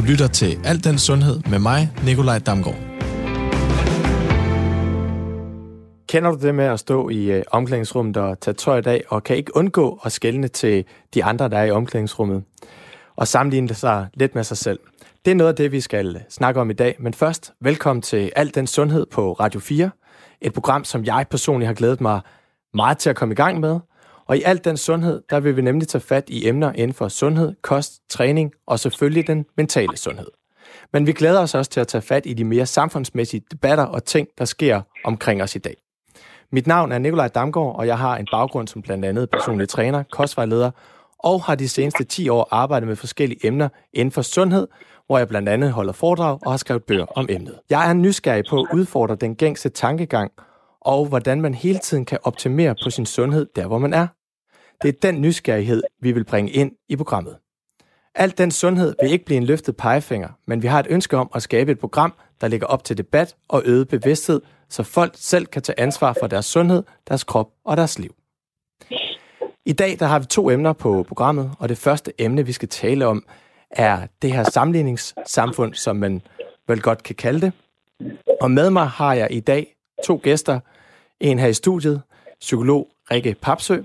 lytter til Al den Sundhed med mig, Nikolaj Damgaard. Kender du det med at stå i omklædningsrummet og tage tøjet af, og kan ikke undgå at skelne til de andre, der er i omklædningsrummet, og sammenligne sig lidt med sig selv? Det er noget af det, vi skal snakke om i dag. Men først, velkommen til Al den Sundhed på Radio 4. Et program, som jeg personligt har glædet mig meget til at komme i gang med. Og i Al den Sundhed, der vil vi nemlig tage fat i emner inden for sundhed, kost, træning og selvfølgelig den mentale sundhed. Men vi glæder os også til at tage fat i de mere samfundsmæssige debatter og ting, der sker omkring os i dag. Mit navn er Nikolaj Damgaard, og jeg har en baggrund som blandt andet personlig træner, kostvejleder, og har de seneste 10 år arbejdet med forskellige emner inden for sundhed, hvor jeg blandt andet holder foredrag og har skrevet bøger om emnet. Jeg er nysgerrig på at udfordre den gængse tankegang, og hvordan man hele tiden kan optimere på sin sundhed der, hvor man er. Det er den nysgerrighed, vi vil bringe ind i programmet. Alt den sundhed vil ikke blive en løftet pegefinger, men vi har et ønske om at skabe et program, der ligger op til debat og øget bevidsthed, så folk selv kan tage ansvar for deres sundhed, deres krop og deres liv. I dag der har vi 2 emner på programmet, og det første emne, vi skal tale om, er det her sammenligningssamfund, som man vel godt kan kalde det. Og med mig har jeg i dag 2 gæster. En her i studiet, psykolog Rikke Papsø,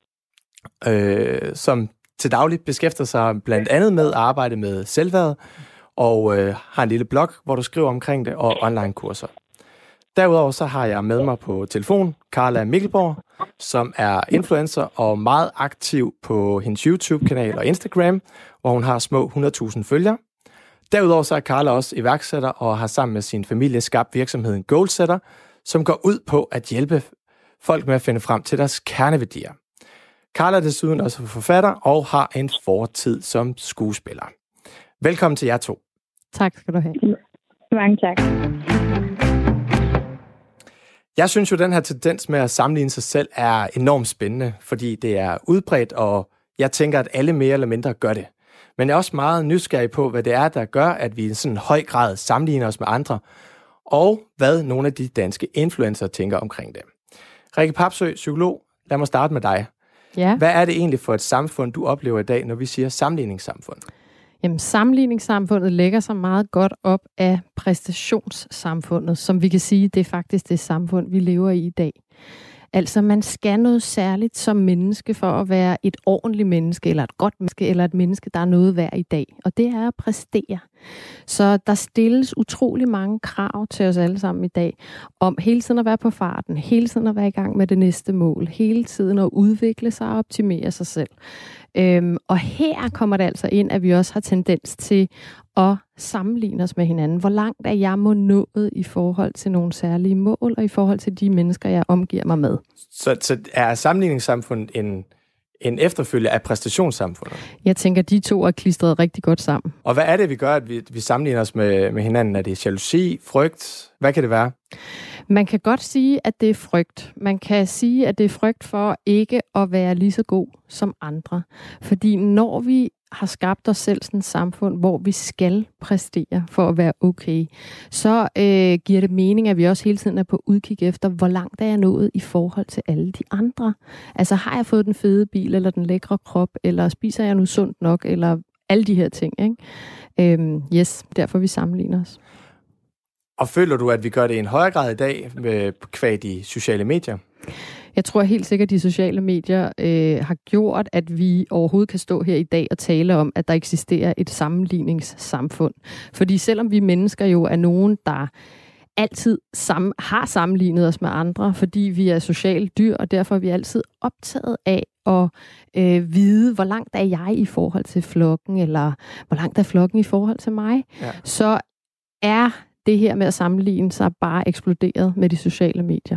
som til dagligt beskæftiger sig blandt andet med at arbejde med selvværd, og har en lille blog, hvor du skriver omkring det, og online-kurser. Derudover så har jeg med mig på telefon Carla Mikkelborg, som er influencer og meget aktiv på hendes YouTube-kanal og Instagram, hvor hun har små 100.000 følgere. Derudover så er Carla også iværksætter og har sammen med sin familie skabt virksomheden Goalsetter, som går ud på at hjælpe folk med at finde frem til deres kerneværdier. Carla er desuden også forfatter og har en fortid som skuespiller. Velkommen til jer 2. Tak skal du have. Mange tak. Jeg synes jo, den her tendens med at sammenligne sig selv er enormt spændende, fordi det er udbredt, og jeg tænker, at alle mere eller mindre gør det. Men jeg er også meget nysgerrig på, hvad det er, der gør, at vi i sådan en høj grad sammenligner os med andre, og hvad nogle af de danske influencer tænker omkring det. Rikke Papsø, psykolog, lad mig starte med dig. Ja. Hvad er det egentlig for et samfund, du oplever i dag, når vi siger sammenligningssamfund? Jamen, sammenligningssamfundet lægger sig meget godt op af præstationssamfundet, som vi kan sige, det er faktisk det samfund, vi lever i dag. Altså, man skal noget særligt som menneske for at være et ordentligt menneske, eller et godt menneske, eller et menneske, der er noget værd i dag. Og det er at præstere. Så der stilles utrolig mange krav til os alle sammen i dag, om hele tiden at være på farten, hele tiden at være i gang med det næste mål, hele tiden at udvikle sig og optimere sig selv. Og her kommer det altså ind, at vi også har tendens til at sammenligne os med hinanden. Hvor langt er jeg nået i forhold til nogle særlige mål, og i forhold til de mennesker, jeg omgiver mig med. Så er sammenligningssamfundet en efterfølger af præstationssamfundet? Jeg tænker, de 2 er klistret rigtig godt sammen. Og hvad er det, vi gør, at vi sammenligner os med hinanden? Er det jalousi, frygt? Hvad kan det være? Man kan godt sige, at det er frygt. Man kan sige, at det er frygt for ikke at være lige så god som andre. Fordi når vi har skabt os selv sådan et samfund, hvor vi skal præstere for at være okay, så giver det mening, at vi også hele tiden er på udkig efter, hvor langt er jeg nået i forhold til alle de andre. Altså, har jeg fået den fede bil, eller den lækre krop, eller spiser jeg nu sundt nok, eller alle de her ting, ikke? Yes, derfor vi sammenligner os. Og føler du, at vi gør det i en højere grad i dag med qua de sociale medier? Jeg tror helt sikkert, at de sociale medier har gjort, at vi overhovedet kan stå her i dag og tale om, at der eksisterer et sammenligningssamfund. Fordi selvom vi mennesker jo er nogen, der altid har sammenlignet os med andre, fordi vi er sociale dyr, og derfor er vi altid optaget af at vide, hvor langt er jeg i forhold til flokken, eller hvor langt er flokken i forhold til mig. Ja. Så er det her med at sammenligne sig bare eksploderet med de sociale medier.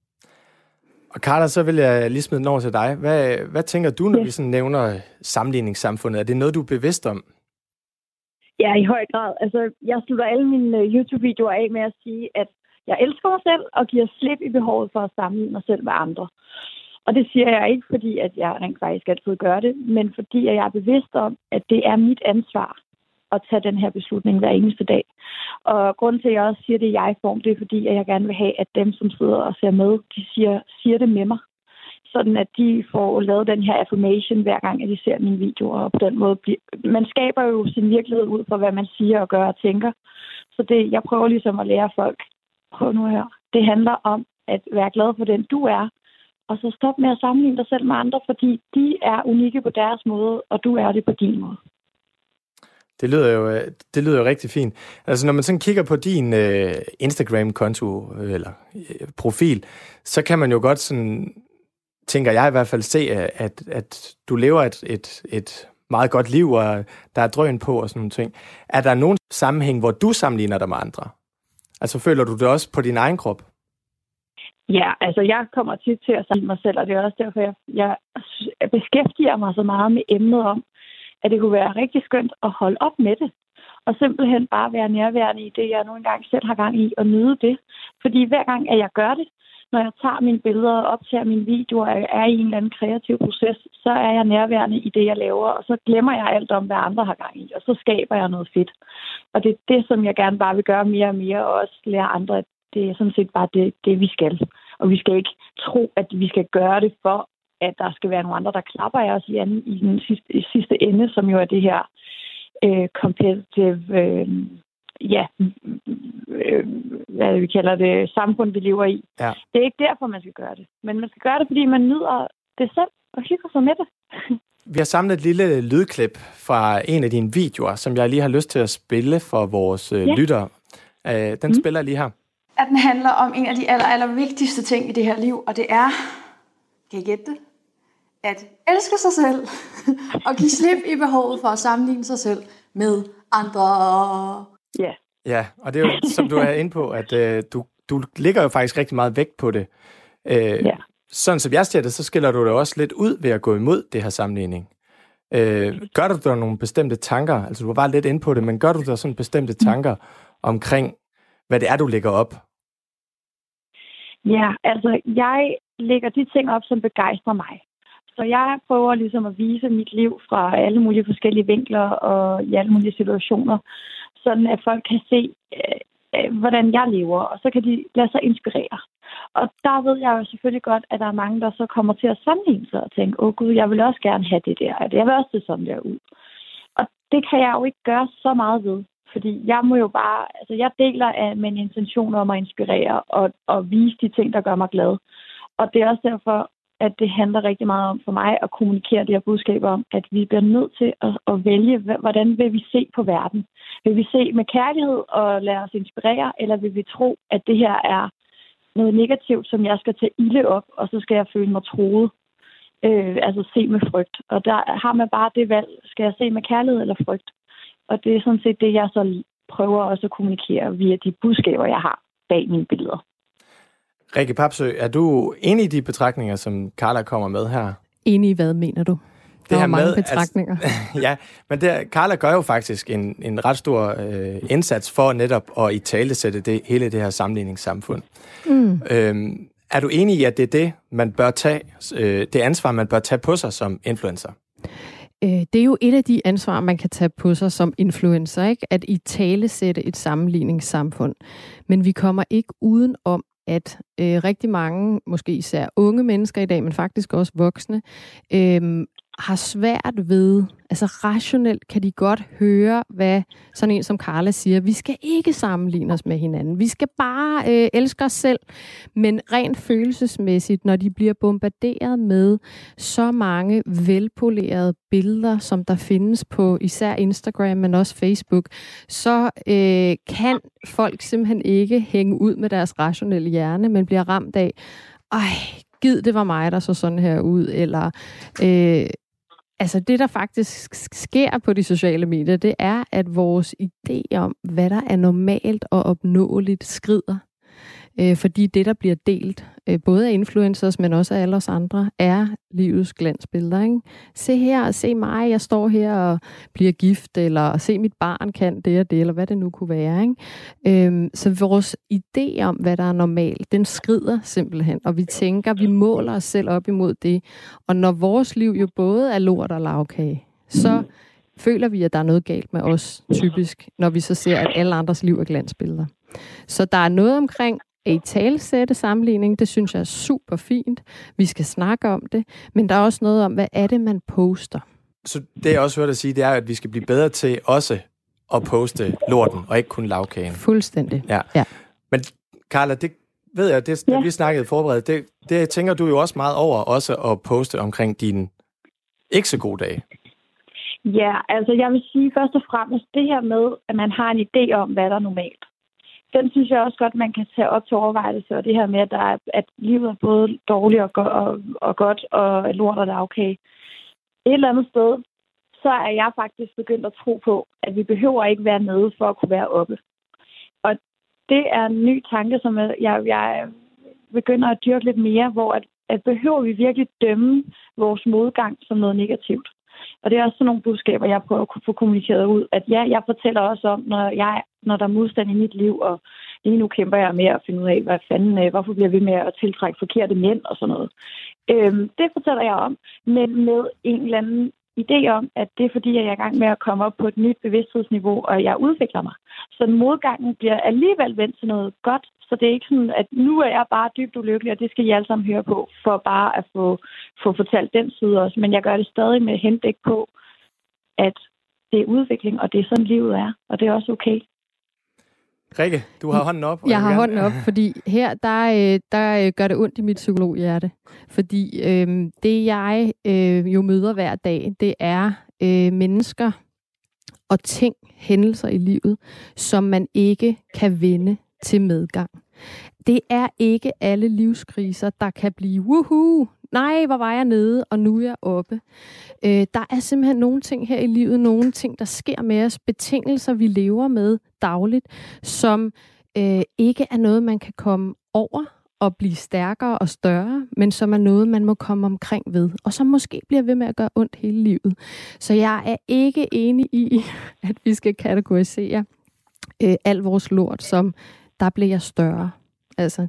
Og Carla, så vil jeg lige smide den over til dig. Hvad tænker du, når vi sådan nævner sammenligningssamfundet? Er det noget, du er bevidst om? Ja, i høj grad. Altså, jeg slutter alle mine YouTube-videoer af med at sige, at jeg elsker mig selv og giver slip i behovet for at sammenligne mig selv med andre. Og det siger jeg ikke, fordi at jeg rent faktisk altid gør det, men fordi at jeg er bevidst om, at det er mit ansvar at tage den her beslutning hver eneste dag. Og grunden til, at jeg også siger det i jeg-form, det er fordi, at jeg gerne vil have, at dem, som sidder og ser med, de siger det med mig. sådan at de får lavet den her affirmation hver gang, at de ser mine videoer. Og på den måde man skaber jo sin virkelighed ud fra, hvad man siger og gør og tænker. Så jeg prøver ligesom at lære folk, prøv nu her. Det handler om at være glad for den, du er. Og så stop med at sammenligne dig selv med andre, fordi de er unikke på deres måde, og du er det på din måde. Det lyder jo rigtig fint. Altså, når man sådan kigger på din Instagram-konto eller profil, så kan man jo godt sådan, tænker jeg i hvert fald, se, at du lever et meget godt liv, og der er drøn på og sådan nogle ting. Er der nogen sammenhæng, hvor du sammenligner dig med andre? Altså, føler du det også på din egen krop? Ja, altså jeg kommer tit til at sammenligne mig selv, og det er også derfor, jeg beskæftiger mig så meget med emnet om, at det kunne være rigtig skønt at holde op med det. Og simpelthen bare være nærværende i det, jeg nu engang selv har gang i, og nyde det. Fordi hver gang, at jeg gør det, når jeg tager mine billeder og optager mine videoer, og er i en eller anden kreativ proces, så er jeg nærværende i det, jeg laver, og så glemmer jeg alt om, hvad andre har gang i, og så skaber jeg noget fedt. Og det er det, som jeg gerne bare vil gøre mere og mere, og også lære andre, at det er sådan set bare det vi skal. Og vi skal ikke tro, at vi skal gøre det for, at der skal være nogle andre, der klapper af os i den sidste ende, som jo er det her competitive, hvad vi kalder det, samfund, vi lever i. Ja. Det er ikke derfor, man skal gøre det. Men man skal gøre det, fordi man nyder det selv og hygger sig med det. Vi har samlet et lille lydklip fra en af dine videoer, som jeg lige har lyst til at spille for vores lyttere. Den spiller jeg lige her. At den handler om en af de aller vigtigste ting i det her liv, og det er, kan I gætte det? At elske sig selv og give slip i behovet for at sammenligne sig selv med andre. Ja. Ja, og det er jo, som du er inde på, at du lægger jo faktisk rigtig meget vægt på det. Sådan som jeg ser det, så skiller du det også lidt ud ved at gå imod det her sammenligning. Gør du der nogle bestemte tanker, altså du var bare lidt inde på det, men gør du der sådan bestemte tanker omkring, hvad det er, du lægger op? Ja, altså jeg lægger de ting op, som begejstrer mig. Så jeg prøver ligesom at vise mit liv fra alle mulige forskellige vinkler og i alle mulige situationer, sådan at folk kan se, hvordan jeg lever, og så kan de lade sig inspirere. Og der ved jeg jo selvfølgelig godt, at der er mange, der så kommer til at sammenligne sig og tænke, gud, jeg vil også gerne have det der, jeg vil også se sådan der ud. Og det kan jeg jo ikke gøre så meget ved. Fordi jeg må jo bare, altså jeg deler med en intention om at inspirere og vise de ting, der gør mig glad. Og det er også derfor, at det handler rigtig meget om for mig at kommunikere det her budskab om, at vi bliver nødt til at vælge, hvordan vil vi se på verden? Vil vi se med kærlighed og lade os inspirere, eller vil vi tro, at det her er noget negativt, som jeg skal tage ilde op, og så skal jeg føle mig truet? Altså se med frygt. Og der har man bare det valg, skal jeg se med kærlighed eller frygt? Og det er sådan set det, jeg så prøver også at kommunikere via de budskaber, jeg har bag mine billeder. Rikke Papsø, er du enig i de betragtninger, som Carla kommer med her? Enig i hvad, mener du? Der er mange betragtninger. Ja, men Carla gør jo faktisk en ret stor indsats for netop at italesætte hele det her sammenligningssamfund. Er du enig i, at det er det, man bør tage, det ansvar, man bør tage på sig som influencer? Det er jo et af de ansvar, man kan tage på sig som influencer, ikke? At italesætte et sammenligningssamfund. Men vi kommer ikke uden om, at rigtig mange, måske især unge mennesker i dag, men faktisk også voksne, har svært ved, altså rationelt kan de godt høre, hvad sådan en som Carla siger. Vi skal ikke sammenligne os med hinanden. Vi skal bare elske os selv. Men rent følelsesmæssigt, når de bliver bombarderet med så mange velpolerede billeder, som der findes på især Instagram, men også Facebook, så kan folk simpelthen ikke hænge ud med deres rationelle hjerne, men bliver ramt af, gid det var mig, der så sådan her ud, eller altså det, der faktisk sker på de sociale medier, det er, at vores idé om, hvad der er normalt og opnåeligt, skrider. Fordi det, der bliver delt, både af influencers, men også af alle os andre, er livets glansbilleder. Ikke? Se her, se mig, jeg står her og bliver gift, eller se mit barn kan det og det, eller hvad det nu kunne være. Ikke? Så vores idé om, hvad der er normalt, den skrider simpelthen, og vi tænker, vi måler os selv op imod det. Og når vores liv jo både er lort og lavkage, så føler vi, at der er noget galt med os, typisk, når vi så ser, at alle andres liv er glansbilleder. Så der er noget omkring at italesætte sammenligning. Det synes jeg er super fint. Vi skal snakke om det. Men der er også noget om, hvad er det, man poster. Så det, jeg også hørte dig sige, det er, at vi skal blive bedre til også at poste lorten, og ikke kun lagkagen. Fuldstændig. Ja. Men Carla, det ved jeg, det vi snakkede forberedt, det tænker du jo også meget over, også at poste omkring dine ikke så gode dage. Ja, altså jeg vil sige først og fremmest det her med, at man har en idé om, hvad der er normalt. Den synes jeg også godt, man kan tage op til overvejelse, og det her med, at livet er både dårligt og godt, og lort og lagkage. Et eller andet sted, så er jeg faktisk begyndt at tro på, at vi behøver ikke være nede for at kunne være oppe. Og det er en ny tanke, som jeg begynder at dyrke lidt mere, hvor at behøver vi virkelig dømme vores modgang som noget negativt. Og det er også sådan nogle budskaber, jeg prøver at få kommunikeret ud, at ja, jeg fortæller også om, når der er modstand i mit liv, og lige nu kæmper jeg med at finde ud af, hvorfor bliver vi med at tiltrække forkerte mænd og sådan noget. Det fortæller jeg om, men med en eller anden idé om, at det er fordi, at jeg er i gang med at komme op på et nyt bevidsthedsniveau, og jeg udvikler mig. Så modgangen bliver alligevel vendt til noget godt, så det er ikke sådan, at nu er jeg bare dybt ulykkelig, og det skal I alle sammen høre på, for bare at få fortalt den side også. Men jeg gør det stadig med henblik på, at det er udvikling, og det er sådan, livet er, og det er også okay. Rikke, du har hånden op. Jeg har hånden op, fordi her, der gør det ondt i mit psykologhjerte. Fordi det, jeg jo møder hver dag, det er mennesker og ting, hændelser i livet, som man ikke kan vende til medgang. Det er ikke alle livskriser, der kan blive woohoo. Nej, hvor var jeg nede, og nu er jeg oppe. Der er simpelthen nogle ting her i livet, nogle ting, der sker med os, betingelser, vi lever med dagligt, som ikke er noget, man kan komme over og blive stærkere og større, men som er noget, man må komme omkring ved, og som måske bliver ved med at gøre ondt hele livet. Så jeg er ikke enig i, at vi skal kategorisere al vores lort som, der bliver jeg større. Altså,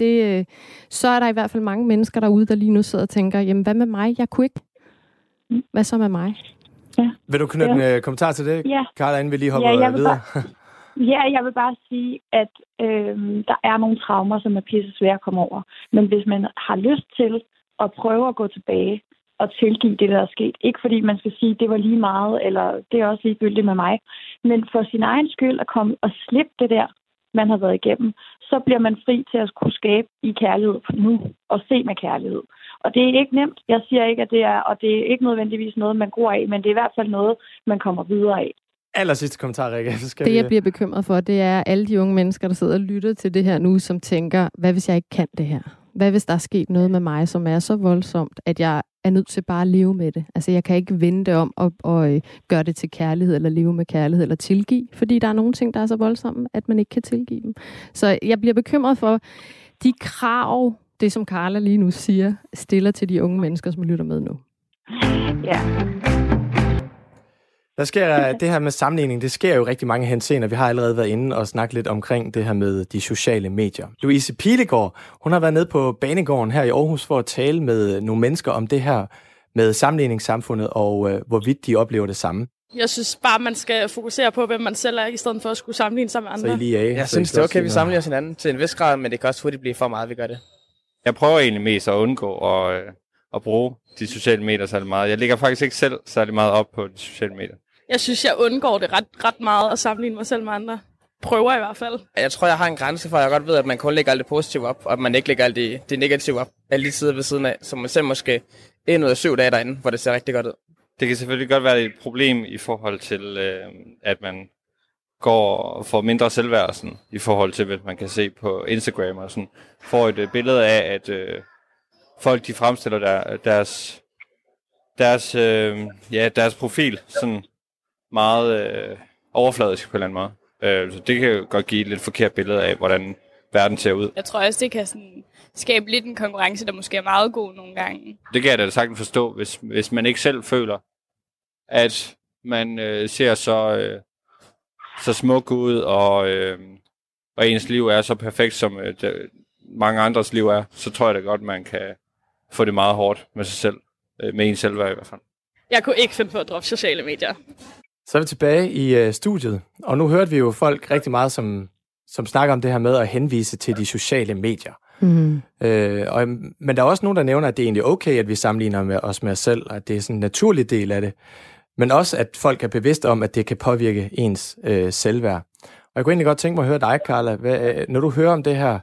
så er der i hvert fald mange mennesker derude, der lige nu sidder og tænker, jamen hvad med mig? Jeg kunne ikke. Hvad så med mig? Ja. Vil du knytte en kommentar til det, Carla, inden vi lige hopper videre? Jeg vil bare sige, at der er nogle traumer, som er pisse svære at komme over. Men hvis man har lyst til at prøve at gå tilbage og tilgive det, der er sket, ikke fordi man skal sige, det var lige meget, eller det er også ligegyldigt med mig, men for sin egen skyld at komme og slippe det der, man har været igennem, så bliver man fri til at kunne skabe i kærlighed nu, og se med kærlighed. Og det er ikke nemt. Jeg siger ikke, at det er, og det er ikke nødvendigvis noget, man går af, men det er i hvert fald noget, man kommer videre af. Allersidste kommentar, Rikke. Det, jeg bliver bekymret for, det er alle de unge mennesker, der sidder og lytter til det her nu, som tænker, hvad hvis jeg ikke kan det her? Hvad hvis der er sket noget med mig, som er så voldsomt, at jeg er nødt til bare at leve med det? Altså, jeg kan ikke vende det om og gøre det til kærlighed, eller leve med kærlighed, eller tilgive, fordi der er nogle ting, der er så voldsomme, at man ikke kan tilgive dem. Så jeg bliver bekymret for de krav, det som Carla lige nu siger, stiller til de unge mennesker, som lytter med nu. Ja. Der sker det her med sammenligning, det sker jo rigtig mange henseender. Vi har allerede været inde og snakket lidt omkring det her med de sociale medier. Louise Pilegaard, hun har været nede på Banegården her i Aarhus for at tale med nogle mennesker om det her med sammenligningssamfundet og hvorvidt de oplever det samme. Jeg synes bare, man skal fokusere på, hvem man selv er, i stedet for at skulle sammenligne sig med andre. Så I lige af. Jeg synes, det er okay, at vi sammenligner os hinanden til en vis grad, men det kan også hurtigt blive for meget, vi gør det. Jeg prøver egentlig mest at undgå at bruge de sociale medier særlig meget. Jeg ligger faktisk ikke selv særlig meget op på de sociale medier. Jeg synes, jeg undgår det ret meget at sammenligne mig selv med andre. Prøver i hvert fald. Jeg tror, jeg har en grænse for, at jeg godt ved, at man kun lægger alt det positive op, og at man ikke lægger alt det negative op. Alle de sider ved siden af, så man ser måske 1 ud af 7 dage derinde, hvor det ser rigtig godt ud. Det kan selvfølgelig godt være et problem i forhold til, at man går og får mindre selvværd, sådan, i forhold til, hvad man kan se på Instagram og sådan. Får et billede af, at folk de fremstiller deres profil sådan meget overfladisk på en eller anden måde. Så det kan jo godt give et lidt forkert billede af, hvordan verden ser ud. Jeg tror også, det kan sådan skabe lidt en konkurrence, der måske er meget god nogle gange. Det kan jeg da sagtens forstå, hvis man ikke selv føler, at man ser så smuk ud, og ens liv er så perfekt, som mange andres liv er, så tror jeg da godt, man kan få det meget hårdt med sig selv, med ens selvværd i hvert fald. Jeg kunne ikke finde på at droppe sociale medier. Så er vi tilbage i studiet, og nu hørte vi jo folk rigtig meget, som som snakker om det her med at henvise til de sociale medier. Men der er også nogen, der nævner, at det er egentlig okay, at vi sammenligner os med os selv, og at det er sådan en naturlig del af det. Men også, at folk er bevidste om, at det kan påvirke ens selvværd. Og jeg kunne egentlig godt tænke mig at høre dig, Carla. Når du hører om det her,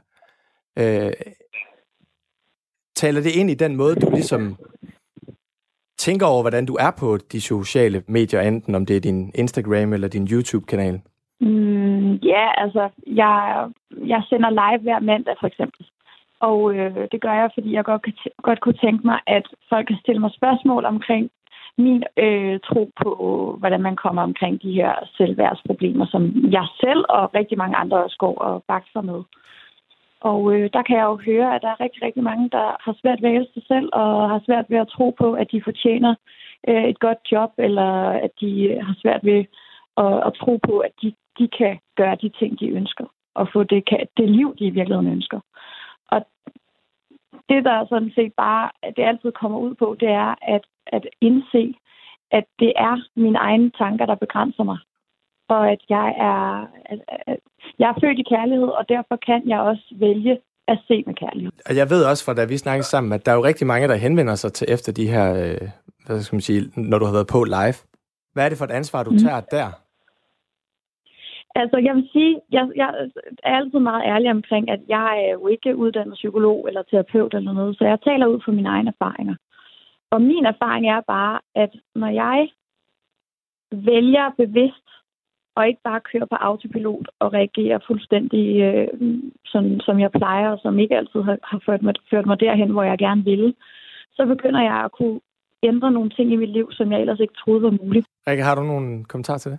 taler det ind i den måde, du ligesom tænker over, hvordan du er på de sociale medier, enten om det er din Instagram eller din YouTube-kanal? Ja, altså, jeg sender live hver mandag, for eksempel. Og det gør jeg, fordi jeg godt kunne tænke mig, at folk kan stille mig spørgsmål omkring min tro på, hvordan man kommer omkring de her selvværdsproblemer, som jeg selv og rigtig mange andre også går og bakser med. Og der kan jeg jo høre, at der er rigtig, rigtig mange, der har svært ved at elske sig selv, og har svært ved at tro på, at de fortjener et godt job, eller at de har svært ved at tro på, at de kan gøre de ting, de ønsker, og få det liv, de i virkeligheden ønsker. Og det, der sådan set bare, det altid kommer ud på, det er at indse, at det er mine egne tanker, der begrænser mig. Og at jeg er født i kærlighed, og derfor kan jeg også vælge at se med kærlighed. Og jeg ved også, fra da vi snakkede sammen, at der er jo rigtig mange, der henvender sig til efter de her, hvad skal man sige, når du har været på live. Hvad er det for et ansvar, du tager der? Altså, jeg vil sige, jeg er altid meget ærlig omkring, at jeg er jo ikke uddannet psykolog eller terapeut eller noget, så jeg taler ud fra mine egne erfaringer. Og min erfaring er bare, at når jeg vælger bevidst, og ikke bare kører på autopilot og reagerer fuldstændig sådan, som jeg plejer, og som ikke altid har ført mig derhen, hvor jeg gerne ville, så begynder jeg at kunne ændre nogle ting i mit liv, som jeg ellers ikke troede var muligt. Rikke, har du nogle kommentarer til det?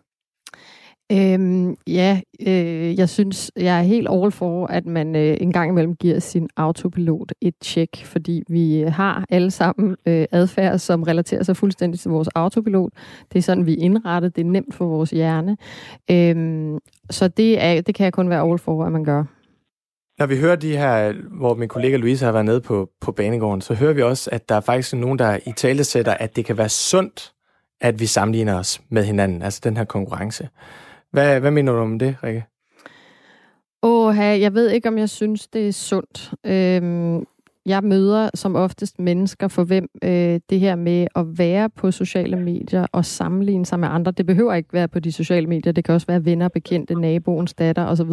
Jeg synes, jeg er helt all for, at man en gang imellem giver sin autopilot et tjek, fordi vi har alle sammen adfærd, som relaterer sig fuldstændig til vores autopilot. Det er sådan, vi er indrettet. Det er nemt for vores hjerne. Så det kan jeg kun være all for, at man gør. Når vi hører de her, hvor min kollega Louise har været nede på banegården, så hører vi også, at der er faktisk nogen, der i tale sætter, at det kan være sundt, at vi sammenligner os med hinanden. Altså den her konkurrence. Hvad mener du om det, Rikke? Jeg ved ikke, om jeg synes, det er sundt. Jeg møder som oftest mennesker, for hvem det her med at være på sociale medier og sammenligne sig med andre, det behøver ikke være på de sociale medier, det kan også være venner, bekendte, naboens datter osv.,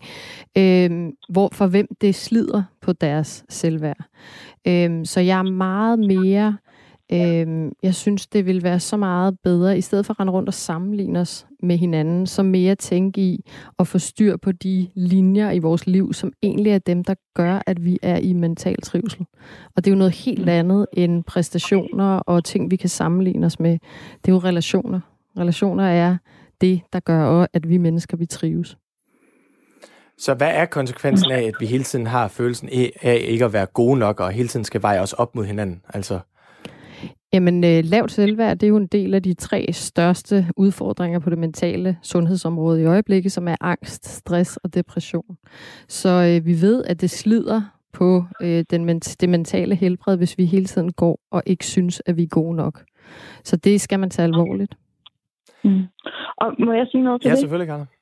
for hvem det slider på deres selvværd. Så jeg er meget mere... Jeg synes, det vil være så meget bedre, i stedet for at rende rundt og sammenligne os med hinanden, så mere tænke i at få styr på de linjer i vores liv, som egentlig er dem, der gør, at vi er i mental trivsel. Og det er jo noget helt andet end præstationer og ting, vi kan sammenligne os med. Det er jo relationer. Relationer er det, der gør, at vi mennesker, vi trives. Så hvad er konsekvensen af, at vi hele tiden har følelsen af ikke at være gode nok, og hele tiden skal veje os op mod hinanden? Altså... Jamen, lavt selvværd, det er jo en del af de 3 største udfordringer på det mentale sundhedsområde i øjeblikket, som er angst, stress og depression. Så vi ved, at det slider på det mentale helbred, hvis vi hele tiden går og ikke synes, at vi er gode nok. Så det skal man tage alvorligt. Og må jeg sige noget til det? Ja, selvfølgelig, Carla.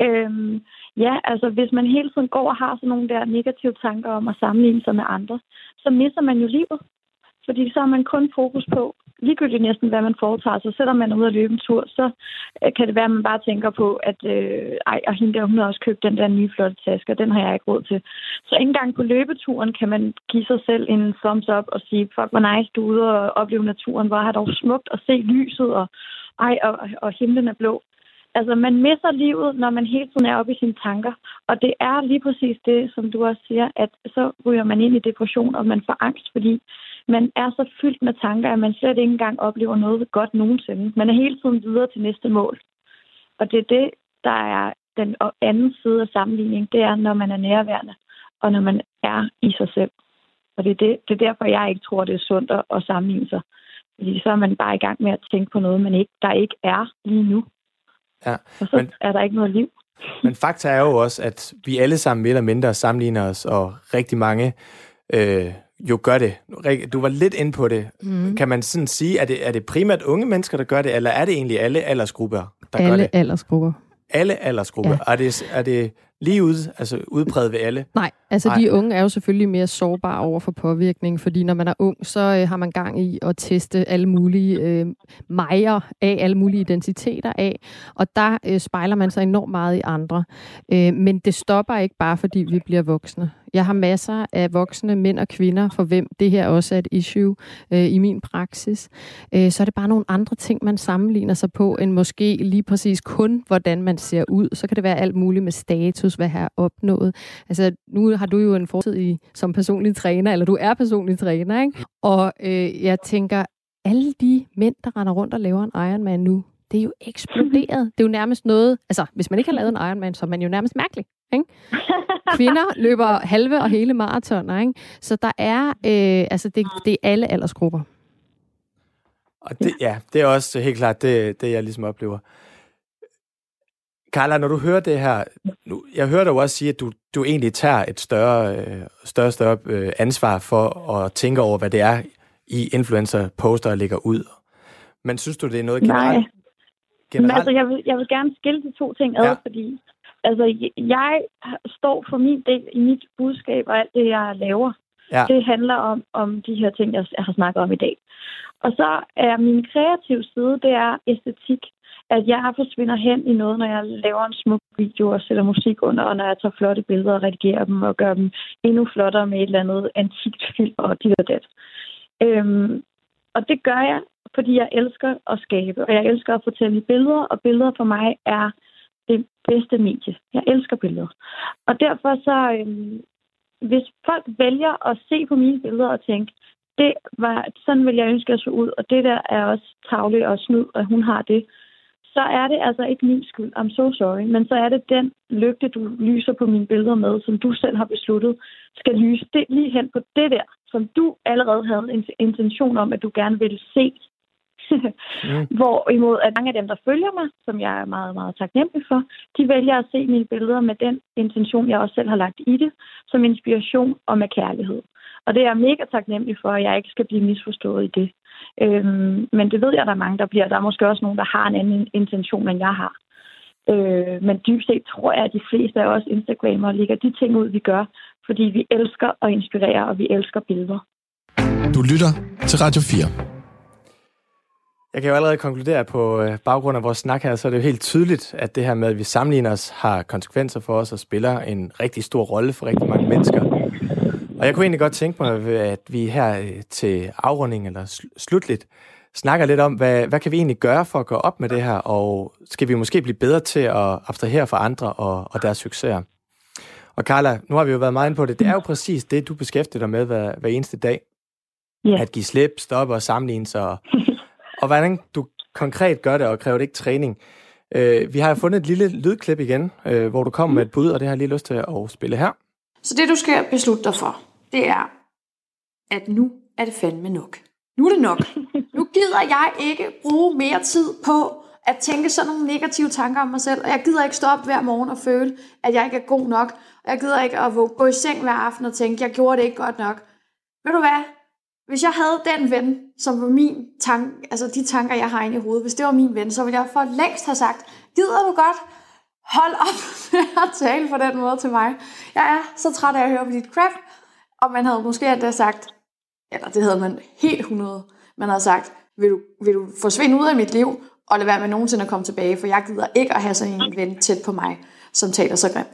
Ja, altså hvis man hele tiden går og har sådan nogle der negative tanker om at sammenligne sig med andre, så misser man jo livet. Fordi så har man kun fokus på, ligegyldigt næsten, hvad man foretager sig. Selvom man er ude at løbe en tur, så kan det være, at man bare tænker på, at og hende der, hun har også købt den der nye flotte taske, og den har jeg ikke råd til. Så ikke engang på løbeturen kan man give sig selv en thumbs up og sige, fuck, hvor nice, du er ude og opleve naturen, hvor har dog smukt at se lyset, og himlen er blå. Altså, man misser livet, når man hele tiden er oppe i sine tanker. Og det er lige præcis det, som du også siger, at så ryger man ind i depression, og man får angst, fordi man er så fyldt med tanker, at man slet ikke engang oplever noget godt nogensinde. Man er hele tiden videre til næste mål. Og det er det, der er den anden side af sammenligning. Det er, når man er nærværende, og når man er i sig selv. Og det er derfor, jeg ikke tror, det er sundt at sammenligne sig. Fordi så er man bare i gang med at tænke på noget, der ikke er lige nu. Ja, og så er der ikke noget liv. Men fakta er jo også, at vi alle sammen mere eller mindre sammenligner os, og rigtig mange jo gør det. Du var lidt inde på det. Kan man sådan sige, er det primært unge mennesker, der gør det, eller er det egentlig alle aldersgrupper, der gør det? Alle aldersgrupper. Alle aldersgrupper. Ja. Er det lige udbredt ved alle? Nej, altså de unge er jo selvfølgelig mere sårbare over for påvirkning, fordi når man er ung, så har man gang i at teste alle mulige mejer af, alle mulige identiteter af, og der spejler man sig enormt meget i andre. Men det stopper ikke bare, fordi vi bliver voksne. Jeg har masser af voksne mænd og kvinder, for hvem det her også er et issue i min praksis. Så er det bare nogle andre ting, man sammenligner sig på, end måske lige præcis kun, hvordan man ser ud. Så kan det være alt muligt med status, hvad har opnået. Altså, nu har du jo en fortid som personlig træner, eller du er personlig træner, ikke? Og jeg tænker, alle de mænd, der render rundt og laver en Ironman nu, det er jo eksploderet. Det er jo nærmest noget... Altså, hvis man ikke har lavet en Ironman, så er man jo nærmest mærkelig, ikke? Kvinder løber halve og hele maratoner, ikke? Så der er... det er alle aldersgrupper. Og det er også helt klart det jeg ligesom oplever. Carla, når du hører det her... Jeg hører dig jo også sige, at du egentlig tager et større ansvar for at tænke over, hvad det er, i influencer-poster lægger ud. Men synes du, det er noget generelt? Nej. Men altså, jeg vil gerne skille de to ting ad, fordi altså, jeg står for min del i mit budskab og alt det, jeg laver. Ja. Det handler om de her ting, jeg har snakket om i dag. Og så er min kreative side, det er æstetik. At jeg forsvinder hen i noget, når jeg laver en smuk video og sætter musik under, og når jeg tager flotte billeder og redigerer dem og gør dem endnu flottere med et eller andet antikt film og dit og dat. Og det gør jeg, fordi jeg elsker at skabe, og jeg elsker at fortælle billeder, og billeder for mig er det bedste medie. Jeg elsker billeder. Og derfor så, hvis folk vælger at se på mine billeder og tænke, sådan vil jeg ønske at se ud, og det der er også tarveligt og snyd, og hun har det, så er det altså ikke min skyld. I'm so sorry. Men så er det den lygte, du lyser på mine billeder med, som du selv har besluttet, skal lyse det lige hen på det der, som du allerede havde en intention om, at du gerne ville se. Hvorimod at mange af dem, der følger mig, som jeg er meget, meget taknemmelig for, de vælger at se mine billeder med den intention, jeg også selv har lagt i det, som inspiration og med kærlighed. Og det er jeg mega taknemmelig for, at jeg ikke skal blive misforstået i det. Men det ved jeg, der er mange, der bliver. Der er måske også nogen, der har en anden intention, end jeg har. Men dybt set tror jeg, at de fleste af os Instagramere lægger de ting ud, vi gør, fordi vi elsker at inspirere, og vi elsker billeder. Du lytter til Radio 4. Jeg kan jo allerede konkludere på baggrund af vores snak her, så er det jo helt tydeligt, at det her med, at vi sammenligner os, har konsekvenser for os og spiller en rigtig stor rolle for rigtig mange mennesker. Og jeg kunne egentlig godt tænke mig, at vi her til afrunding eller slutligt snakker lidt om, hvad kan vi egentlig gøre for at gå op med det her, og skal vi måske blive bedre til at abstrahere fra andre og deres succeser. Og Carla, nu har vi jo været meget inde på det. Det er jo præcis det, du beskæftiger dig med hver eneste dag. Yeah. At give slip, stoppe og sammenligne sig. Og hvordan du konkret gør det, og kræver det ikke træning. Vi har fundet et lille lydklip igen, hvor du kommer med et bud, og det har jeg lige lyst til at spille her. Så det, du skal beslutte dig for, det er, at nu er det fandme nok. Nu er det nok. Nu gider jeg ikke bruge mere tid på at tænke sådan nogle negative tanker om mig selv, og jeg gider ikke stå op hver morgen og føle, at jeg ikke er god nok, og jeg gider ikke at gå i seng hver aften og tænke, jeg gjorde det ikke godt nok. Ved du hvad? Hvis jeg havde den ven, som var min tanke, altså de tanker, jeg har inde i hovedet, hvis det var min ven, så ville jeg for længst have sagt, gider du godt? Hold op med at tale på den måde til mig. Jeg er så træt af at høre på dit crap. Og man havde måske endda sagt, eller det havde man helt 100, man havde sagt, vil du forsvinde ud af mit liv, og lade være med nogensinde at komme tilbage, for jeg gider ikke at have sådan en ven tæt på mig, som taler så grimt.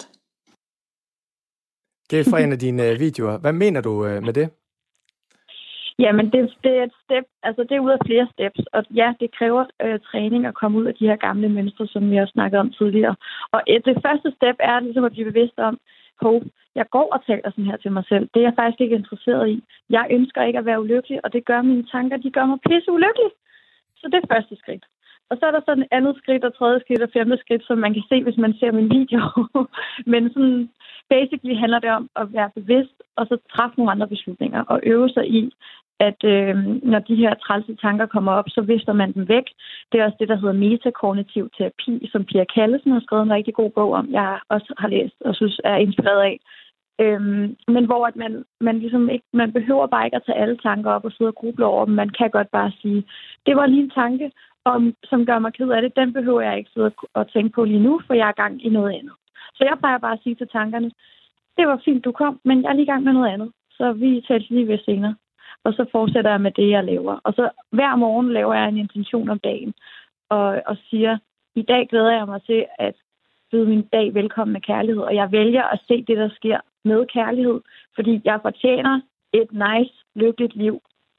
Det er fra en af dine videoer. Hvad mener du med det? Jamen, det er et step, altså det er ud af flere steps, og ja, det kræver træning at komme ud af de her gamle mønstre, som vi har snakket om tidligere. Og det første step er ligesom at blive bevidst om, jeg går og taler sådan her til mig selv. Det er jeg faktisk ikke interesseret i. Jeg ønsker ikke at være ulykkelig, og det gør mine tanker, de gør mig pisse ulykkelig. Så det er første skridt. Og så er der sådan et andet skridt, og tredje skridt og femte skridt, som man kan se, hvis man ser min video. Men sådan basically handler det om at være bevidst, og så træffe nogle andre beslutninger, og øve sig i, at når de her trælse tanker kommer op, så vister man dem væk. Det er også det, der hedder metakognitiv terapi, som Pia Kallesen har skrevet en rigtig god bog om, jeg også har læst og synes er inspireret af. Men hvor at man ligesom ikke, man behøver bare ikke at tage alle tanker op og sidde og gruble over dem. Man kan godt bare sige, det var lige en tanke, som gør mig ked af det. Den behøver jeg ikke sidde og tænke på lige nu, for jeg er i gang i noget andet. Så jeg plejer bare at sige til tankerne, det var fint, du kom, men jeg er lige i gang med noget andet. Så vi tales lige ved senere. Og så fortsætter jeg med det, jeg laver. Og så hver morgen laver jeg en intention om dagen. Og siger, i dag glæder jeg mig til at byde min dag velkommen med kærlighed. Og jeg vælger at se det, der sker med kærlighed. Fordi jeg fortjener et nice, lykkeligt liv.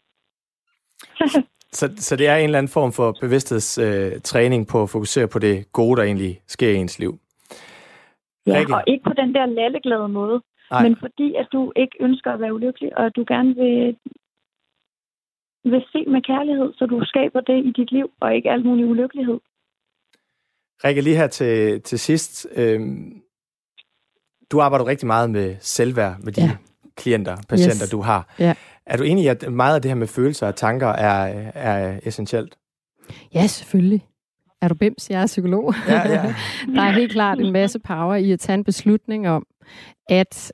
Så det er en eller anden form for bevidsthedstræning på at fokusere på det gode, der egentlig sker i ens liv. Ja, Rikke? og ikke på den der lalleglade måde. Nej. Men fordi at du ikke ønsker at være ulykkelig, og du gerne vil se med kærlighed, så du skaber det i dit liv, og ikke alt mulig ulykkelighed. Rikke, lige her til sidst. Du arbejder rigtig meget med selvværd med de klienter, patienter, du har. Ja. Er du enig i, at meget af det her med følelser og tanker er essentielt? Ja, selvfølgelig. Er du bims? Jeg er psykolog. Ja. Der er helt klart en masse power i at tage en beslutning om, at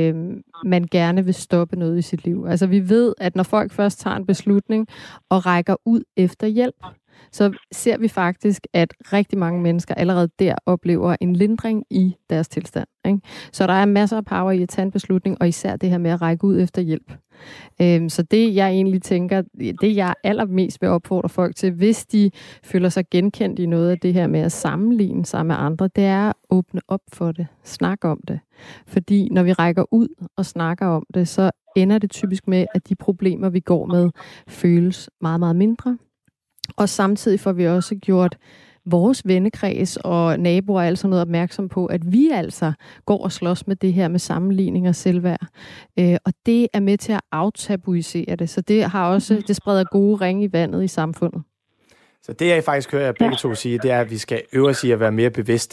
man gerne vil stoppe noget i sit liv. Altså vi ved, at når folk først tager en beslutning og rækker ud efter hjælp, så ser vi faktisk, at rigtig mange mennesker allerede der oplever en lindring i deres tilstand. Ikke? Så der er masser af power i at tage en beslutning, og især det her med at række ud efter hjælp. Så det, jeg egentlig tænker, det jeg allermest vil opfordre folk til, hvis de føler sig genkendt i noget af det her med at sammenligne sig med andre, det er at åbne op for det, snakke om det. Fordi når vi rækker ud og snakker om det, så ender det typisk med, at de problemer, vi går med, føles meget, meget mindre. Og samtidig får vi også gjort vores vennekreds og naboer og alt sådan noget opmærksom på, at vi altså går og slås med det her med sammenligning og selvværd. Og det er med til at aftabuisere det. Så det spreder gode ringe i vandet i samfundet. Så det, jeg faktisk hører jer begge to sige, det er, at vi skal øve os i at være mere bevidste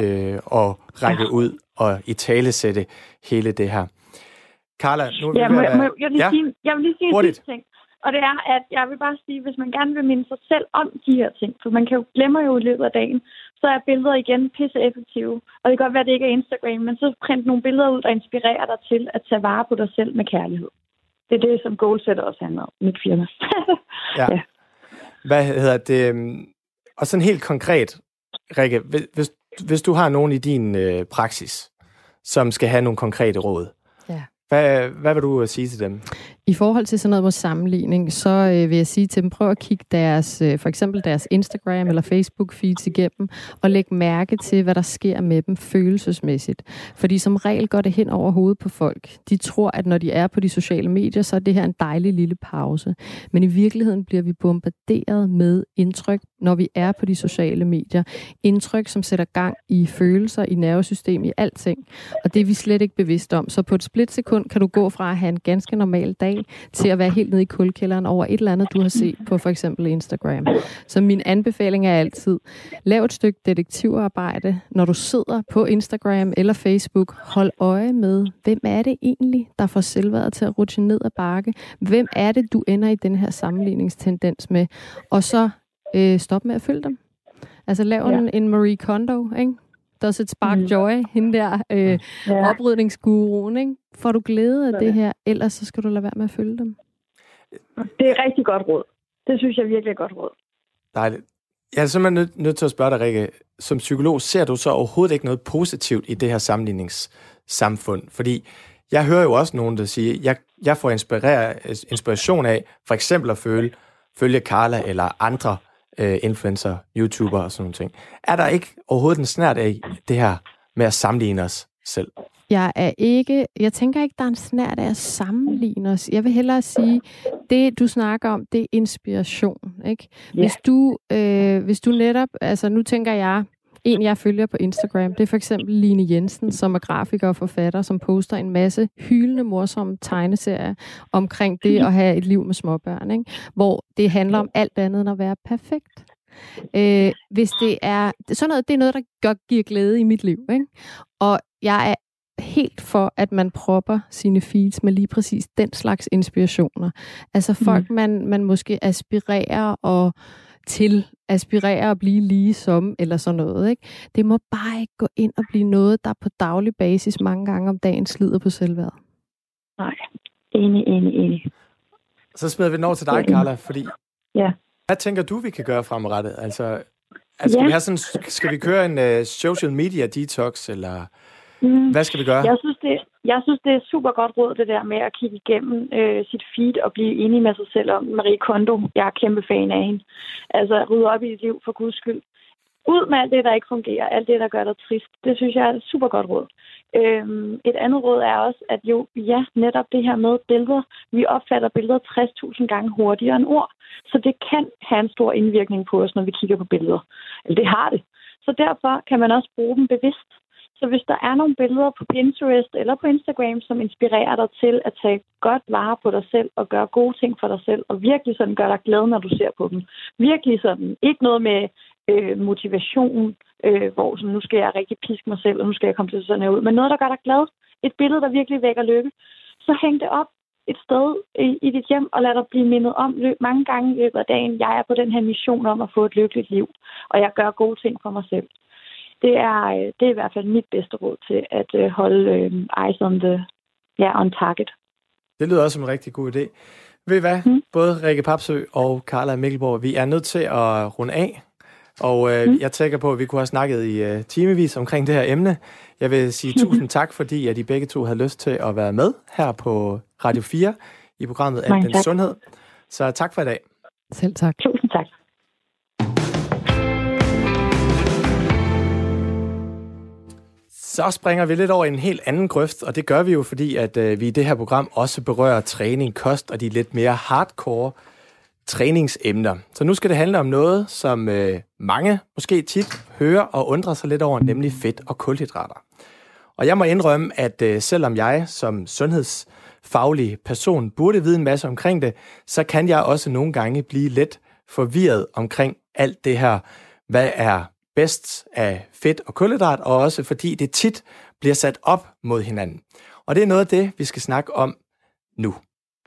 og række ud og italesætte hele det her. Carla, nu vil jeg vil lige sige en ting. Og det er, at jeg vil bare sige, hvis man gerne vil minde sig selv om de her ting, for man kan jo glemme jo i løbet af dagen, så er billeder igen pisse effektive. Og det kan godt være, at det ikke er Instagram, men så print nogle billeder ud, der inspirerer dig til at tage vare på dig selv med kærlighed. Det er det, som Goalsetter også handler om, mit firma. Ja. Hvad hedder det? Og sådan helt konkret, Rikke, hvis du har nogen i din praksis, som skal have nogle konkrete råd, hvad vil du sige til dem? I forhold til sådan noget med sammenligning, så vil jeg sige til dem, prøv at kigge for eksempel deres Instagram eller Facebook feeds igennem, og læg mærke til, hvad der sker med dem følelsesmæssigt. Fordi som regel går det hen over hovedet på folk. De tror, at når de er på de sociale medier, så er det her en dejlig lille pause. Men i virkeligheden bliver vi bombarderet med indtryk, når vi er på de sociale medier. Indtryk, som sætter gang i følelser, i nervesystemet, i alting. Og det er vi slet ikke bevidst om. Så på et splitsekund kan du gå fra at have en ganske normal dag, til at være helt nede i kuldekælderen over et eller andet, du har set på for eksempel Instagram. Så min anbefaling er altid, lav et stykke detektivarbejde, når du sidder på Instagram eller Facebook. Hold øje med, hvem er det egentlig, der får selvværdet til at rutsche ned ad bakke? Hvem er det, du ender i den her sammenligningstendens med? Og så stop med at følge dem. Altså lav en Marie Kondo, ikke? Does it spark joy, hende der oprydningsguruen, ikke? Får du glæde af det her, ellers så skal du lade være med at følge dem. Det er rigtig godt råd. Det synes jeg virkelig er godt råd. Dejligt. Jeg er simpelthen nødt til at spørge dig, Rikke. Som psykolog, ser du så overhovedet ikke noget positivt i det her sammenligningssamfund? Fordi jeg hører jo også nogen, der siger, jeg får inspiration af, for eksempel at følge Carla eller andre influencer, YouTuber og sådan nogle ting. Er der ikke overhovedet en snert af det her med at sammenligne os selv? Jeg tænker ikke, der er en snert af at sammenligne os. Jeg vil hellere sige, det du snakker om, det er inspiration, ikke? Yeah. Hvis du netop, altså nu tænker jeg følger på Instagram, det er for eksempel Line Jensen, som er grafiker og forfatter, som poster en masse hyldende morsomme tegneserier omkring det at have et liv med småbørn, ikke? Hvor det handler om alt andet end at være perfekt. Hvis det er sådan noget, det er noget, der godt giver glæde i mit liv, ikke? Og jeg er helt for, at man propper sine feeds med lige præcis den slags inspirationer. Altså folk, man måske aspirerer at blive lige som, eller sådan noget, ikke? Det må bare ikke gå ind og blive noget, der på daglig basis mange gange om dagen slider på selvværd. Nej, enig. Så smider vi den over til dig, Carla, fordi hvad tænker du, vi kan gøre fremadrettet? Altså, Altså, skal vi køre en social media detox, eller hvad skal vi gøre? Jeg synes, det er super godt råd, det der med at kigge igennem sit feed og blive enig med sig selv om Marie Kondo. Jeg er kæmpe fan af hende. Altså, rydde op i dit liv for Guds skyld. Ud med alt det, der ikke fungerer, alt det, der gør dig trist. Det synes jeg er et super godt råd. Et andet råd er også, at netop det her med billeder. Vi opfatter billeder 60.000 gange hurtigere end ord. Så det kan have en stor indvirkning på os, når vi kigger på billeder. Eller det har det. Så derfor kan man også bruge dem bevidst. Så hvis der er nogle billeder på Pinterest eller på Instagram, som inspirerer dig til at tage godt vare på dig selv og gøre gode ting for dig selv, og virkelig sådan gør dig glad, når du ser på dem. Virkelig sådan. Ikke noget med motivation, hvor sådan, nu skal jeg rigtig piske mig selv, og nu skal jeg komme til sådan her ud. Men noget, der gør dig glad. Et billede, der virkelig vækker lykke. Så hæng det op et sted i dit hjem, og lad dig blive mindet om mange gange i løbet af dagen. Jeg er på den her mission om at få et lykkeligt liv, og jeg gør gode ting for mig selv. Det er i hvert fald mit bedste råd til at holde eyes on target. Det lyder også som en rigtig god idé. Ved I hvad? Både Rikke Papsø og Carla Mikkelborg, vi er nødt til at runde af. Og jeg tænker på, at vi kunne have snakket i timevis omkring det her emne. Jeg vil sige tusind tak, fordi at I begge to havde lyst til at være med her på Radio 4 i programmet Al den Sundhed. Så tak for i dag. Selv tak. Tusind tak. Så springer vi lidt over i en helt anden grøft, og det gør vi jo, fordi at vi i det her program også berører træning, kost og de lidt mere hardcore træningsemner. Så nu skal det handle om noget, som mange måske tit hører og undrer sig lidt over, nemlig fedt og kulhydrater. Og jeg må indrømme, at selvom jeg som sundhedsfaglig person burde vide en masse omkring det, så kan jeg også nogle gange blive lidt forvirret omkring alt det her. Hvad er bedst af fedt og kulhydrat, og også fordi det tit bliver sat op mod hinanden. Og det er noget af det, vi skal snakke om nu.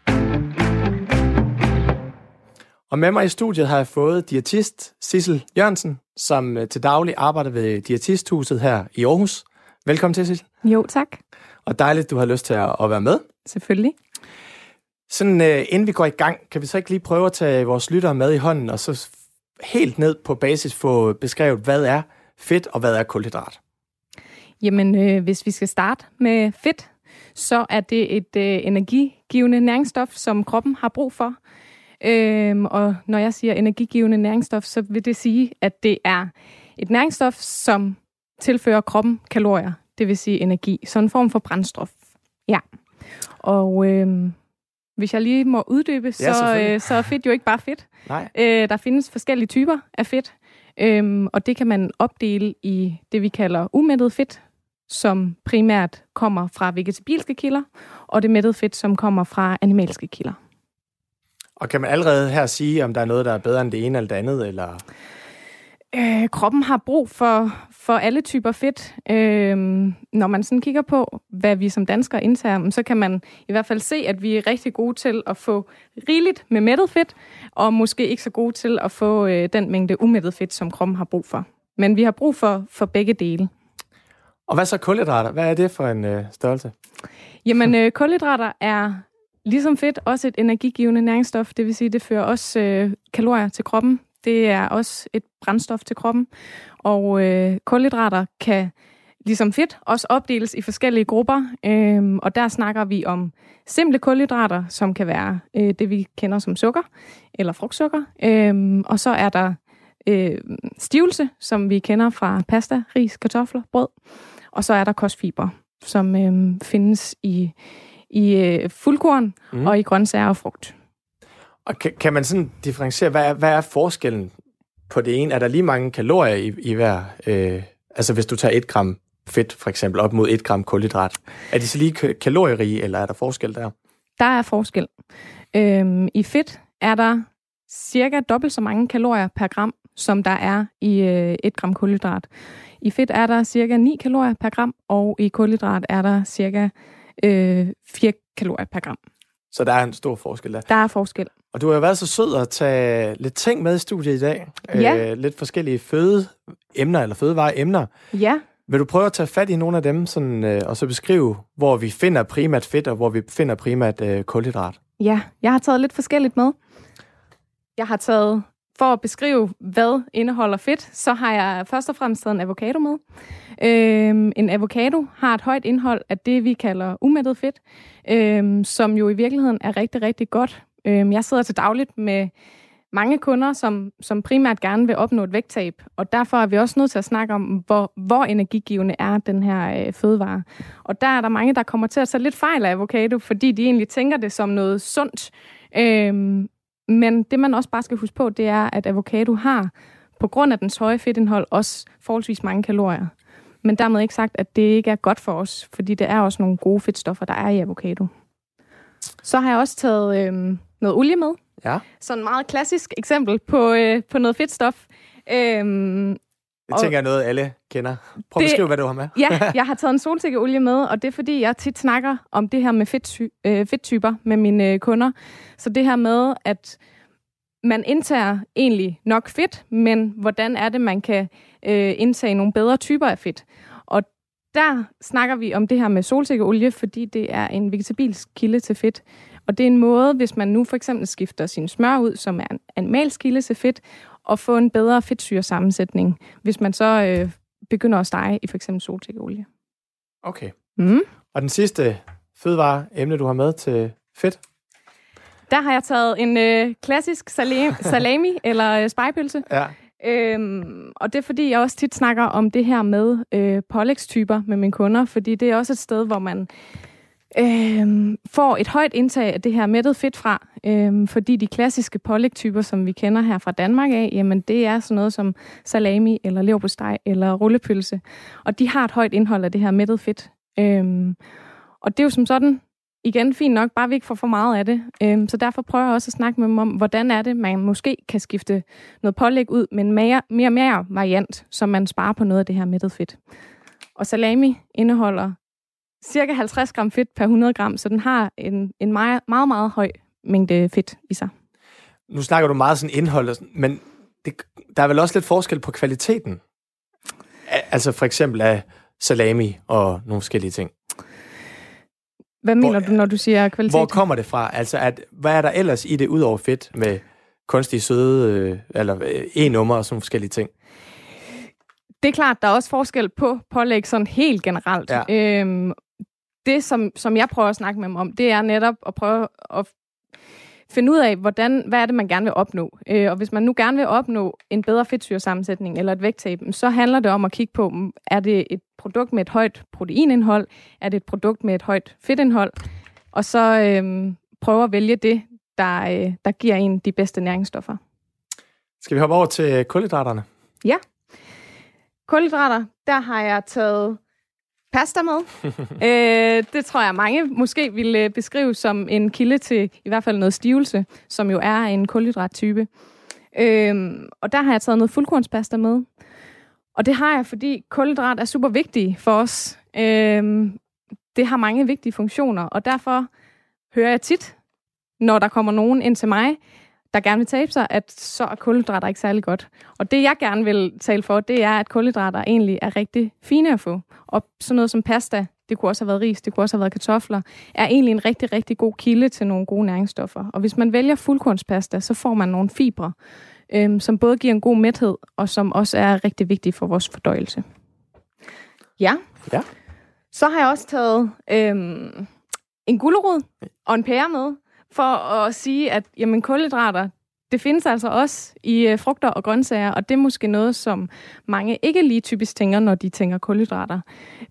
Og med mig i studiet har jeg fået diætist Sissel Jørgensen, som til daglig arbejder ved Diætisthuset her i Aarhus. Velkommen til, Sissel. Jo, tak. Og dejligt, du har lyst til at være med. Selvfølgelig. Sådan inden vi går i gang, kan vi så ikke lige prøve at tage vores lyttere med i hånden, og så helt ned på basis få beskrevet, hvad er fedt og hvad er kulhydrat? Jamen, hvis vi skal starte med fedt, så er det et energigivende næringsstof, som kroppen har brug for. Og når jeg siger energigivende næringsstof, så vil det sige, at det er et næringsstof, som tilfører kroppen kalorier, det vil sige energi. Så en form for brændstof. Ja. Og hvis jeg lige må uddybe, så er fedt jo ikke bare fedt. Nej. Der findes forskellige typer af fedt, og det kan man opdele i det, vi kalder umættet fedt, som primært kommer fra vegetabilske kilder, og det mættede fedt, som kommer fra animalske kilder. Og kan man allerede her sige, om der er noget, der er bedre end det ene eller det andet? Eller? Kroppen har brug for alle typer fedt. Når man sådan kigger på, hvad vi som danskere indtager, så kan man i hvert fald se, at vi er rigtig gode til at få rigeligt med mættet fedt, og måske ikke så gode til at få den mængde umættet fedt, som kroppen har brug for. Men vi har brug for begge dele. Og hvad så kulhydrater? Hvad er det for en størrelse? Jamen, kulhydrater er ligesom fedt også et energigivende næringsstof. Det vil sige, det fører også kalorier til kroppen. Det er også et brændstof til kroppen. Og kulhydrater kan, ligesom fedt, også opdeles i forskellige grupper. Og der snakker vi om simple kulhydrater, som kan være det, vi kender som sukker eller frugtsukker. Og så er der stivelse, som vi kender fra pasta, ris, kartofler, brød. Og så er der kostfiber, som findes i fuldkorn og i grøntsager og frugt. Og kan man sådan differentiere, hvad er forskellen på det ene? Er der lige mange kalorier i hver? Altså hvis du tager 1 gram fedt for eksempel op mod 1 gram kulhydrat. Er de så lige kalorierige, eller er der forskel der? Der er forskel. I fedt er der cirka dobbelt så mange kalorier per gram, som der er i 1 gram kulhydrat. I fedt er der cirka 9 kalorier per gram, og i kulhydrat er der cirka 4 kalorier per gram. Så der er en stor forskel der. Der er forskel. Og du har jo været så sød at tage lidt ting med i studiet i dag. Ja. Lidt forskellige fødeemner eller fødevareemner. Ja. Vil du prøve at tage fat i nogle af dem sådan, og så beskrive, hvor vi finder primært fedt, og hvor vi finder primært kulhydrat? Ja, jeg har taget lidt forskelligt med. Jeg har taget for at beskrive, hvad indeholder fedt, så har jeg først og fremmest taget en avocado med. En avocado har et højt indhold af det, vi kalder umættet fedt, som jo i virkeligheden er rigtig, rigtig godt. Jeg sidder til dagligt med mange kunder, som primært gerne vil opnå et vægttab, og derfor er vi også nødt til at snakke om, hvor energigivende er den her fødevare. Og der er der mange, der kommer til at tage lidt fejl af avocado, fordi de egentlig tænker det som noget sundt. Men det, man også bare skal huske på, det er, at avocado har, på grund af dens høje fedtindhold, også forholdsvis mange kalorier. Men dermed ikke sagt, at det ikke er godt for os, fordi det er også nogle gode fedtstoffer, der er i avocado. Så har jeg også taget noget olie med. Ja. Sådan et meget klassisk eksempel på noget fedtstof. Jeg tænker noget, alle kender. Prøv at beskrive, hvad du har med. Ja, jeg har taget en solsikkeolie med, og det er, fordi jeg tit snakker om det her med fedttyper med mine kunder. Så det her med, at man indtager egentlig nok fedt, men hvordan er det, man kan indtage nogle bedre typer af fedt. Og der snakker vi om det her med solsikkeolie, fordi det er en vegetabilsk kilde til fedt. Og det er en måde, hvis man nu for eksempel skifter sin smør ud, som er en animalsk kilde til fedt, og få en bedre fedtsyresammensætning, hvis man så begynder at stege i for eksempel solsikkeolie. Okay. Og den sidste fødevareemne, du har med til fedt? Der har jeg taget en klassisk salami eller spegepølse. Ja. Og det er fordi, jeg også tit snakker om det her med pålægstyper med mine kunder, fordi det er også et sted, hvor man får et højt indtag af det her mættet fedt fra, fordi de klassiske pålægtyper, som vi kender her fra Danmark af, jamen det er sådan noget som salami eller leverpostej eller rullepølse, og de har et højt indhold af det her mættet fedt. Og det er jo som sådan, igen, fint nok, bare vi ikke får for meget af det. Så derfor prøver jeg også at snakke med dem om, hvordan er det, man måske kan skifte noget pålæg ud med en mere variant, så man sparer på noget af det her mættet fedt. Og salami indeholder cirka 50 gram fedt per 100 gram, så den har en meget, meget, meget høj mængde fedt i sig. Nu snakker du meget sådan indhold, men der er vel også lidt forskel på kvaliteten? Altså for eksempel af salami og nogle forskellige ting. Hvad mener du, når du siger kvalitet? Hvor kommer det fra? Altså, hvad er der ellers i det, ud over fedt, med kunstige søde, eller E-nummer og sådan forskellige ting? Det er klart, der er også forskel på pålæg sådan helt generelt. Ja. Det, som jeg prøver at snakke med dem om, det er netop at prøve at finde ud af, hvad er det, man gerne vil opnå. Og hvis man nu gerne vil opnå en bedre fedtsyresammensætning eller et vægttab, så handler det om at kigge på, er det et produkt med et højt proteinindhold, er det et produkt med et højt fedtindhold, og så prøve at vælge det, der giver en de bedste næringsstoffer. Skal vi hoppe over til kulhydraterne? Ja. Kulhydrater, der har jeg taget pasta med. Det tror jeg mange måske ville beskrive som en kilde til i hvert fald noget stivelse, som jo er en kulhydrattype. Og der har jeg taget noget fuldkornspasta med. Og det har jeg, fordi kulhydrat er super vigtige for os. Det har mange vigtige funktioner, og derfor hører jeg tit, når der kommer nogen ind til mig, der gerne vil tabe sig, at så er kulhydrater ikke særlig godt. Og det, jeg gerne vil tale for, det er, at kulhydrater egentlig er rigtig fine at få. Og sådan noget som pasta, det kunne også have været ris, det kunne også have været kartofler, er egentlig en rigtig, rigtig god kilde til nogle gode næringsstoffer. Og hvis man vælger fuldkornspasta, så får man nogle fibre, som både giver en god mæthed, og som også er rigtig vigtige for vores fordøjelse. Ja. Så har jeg også taget en gulerod og en pære med, for at sige, at jamen, kulhydrater, det findes altså også i frugter og grøntsager, og det er måske noget, som mange ikke lige typisk tænker, når de tænker kulhydrater.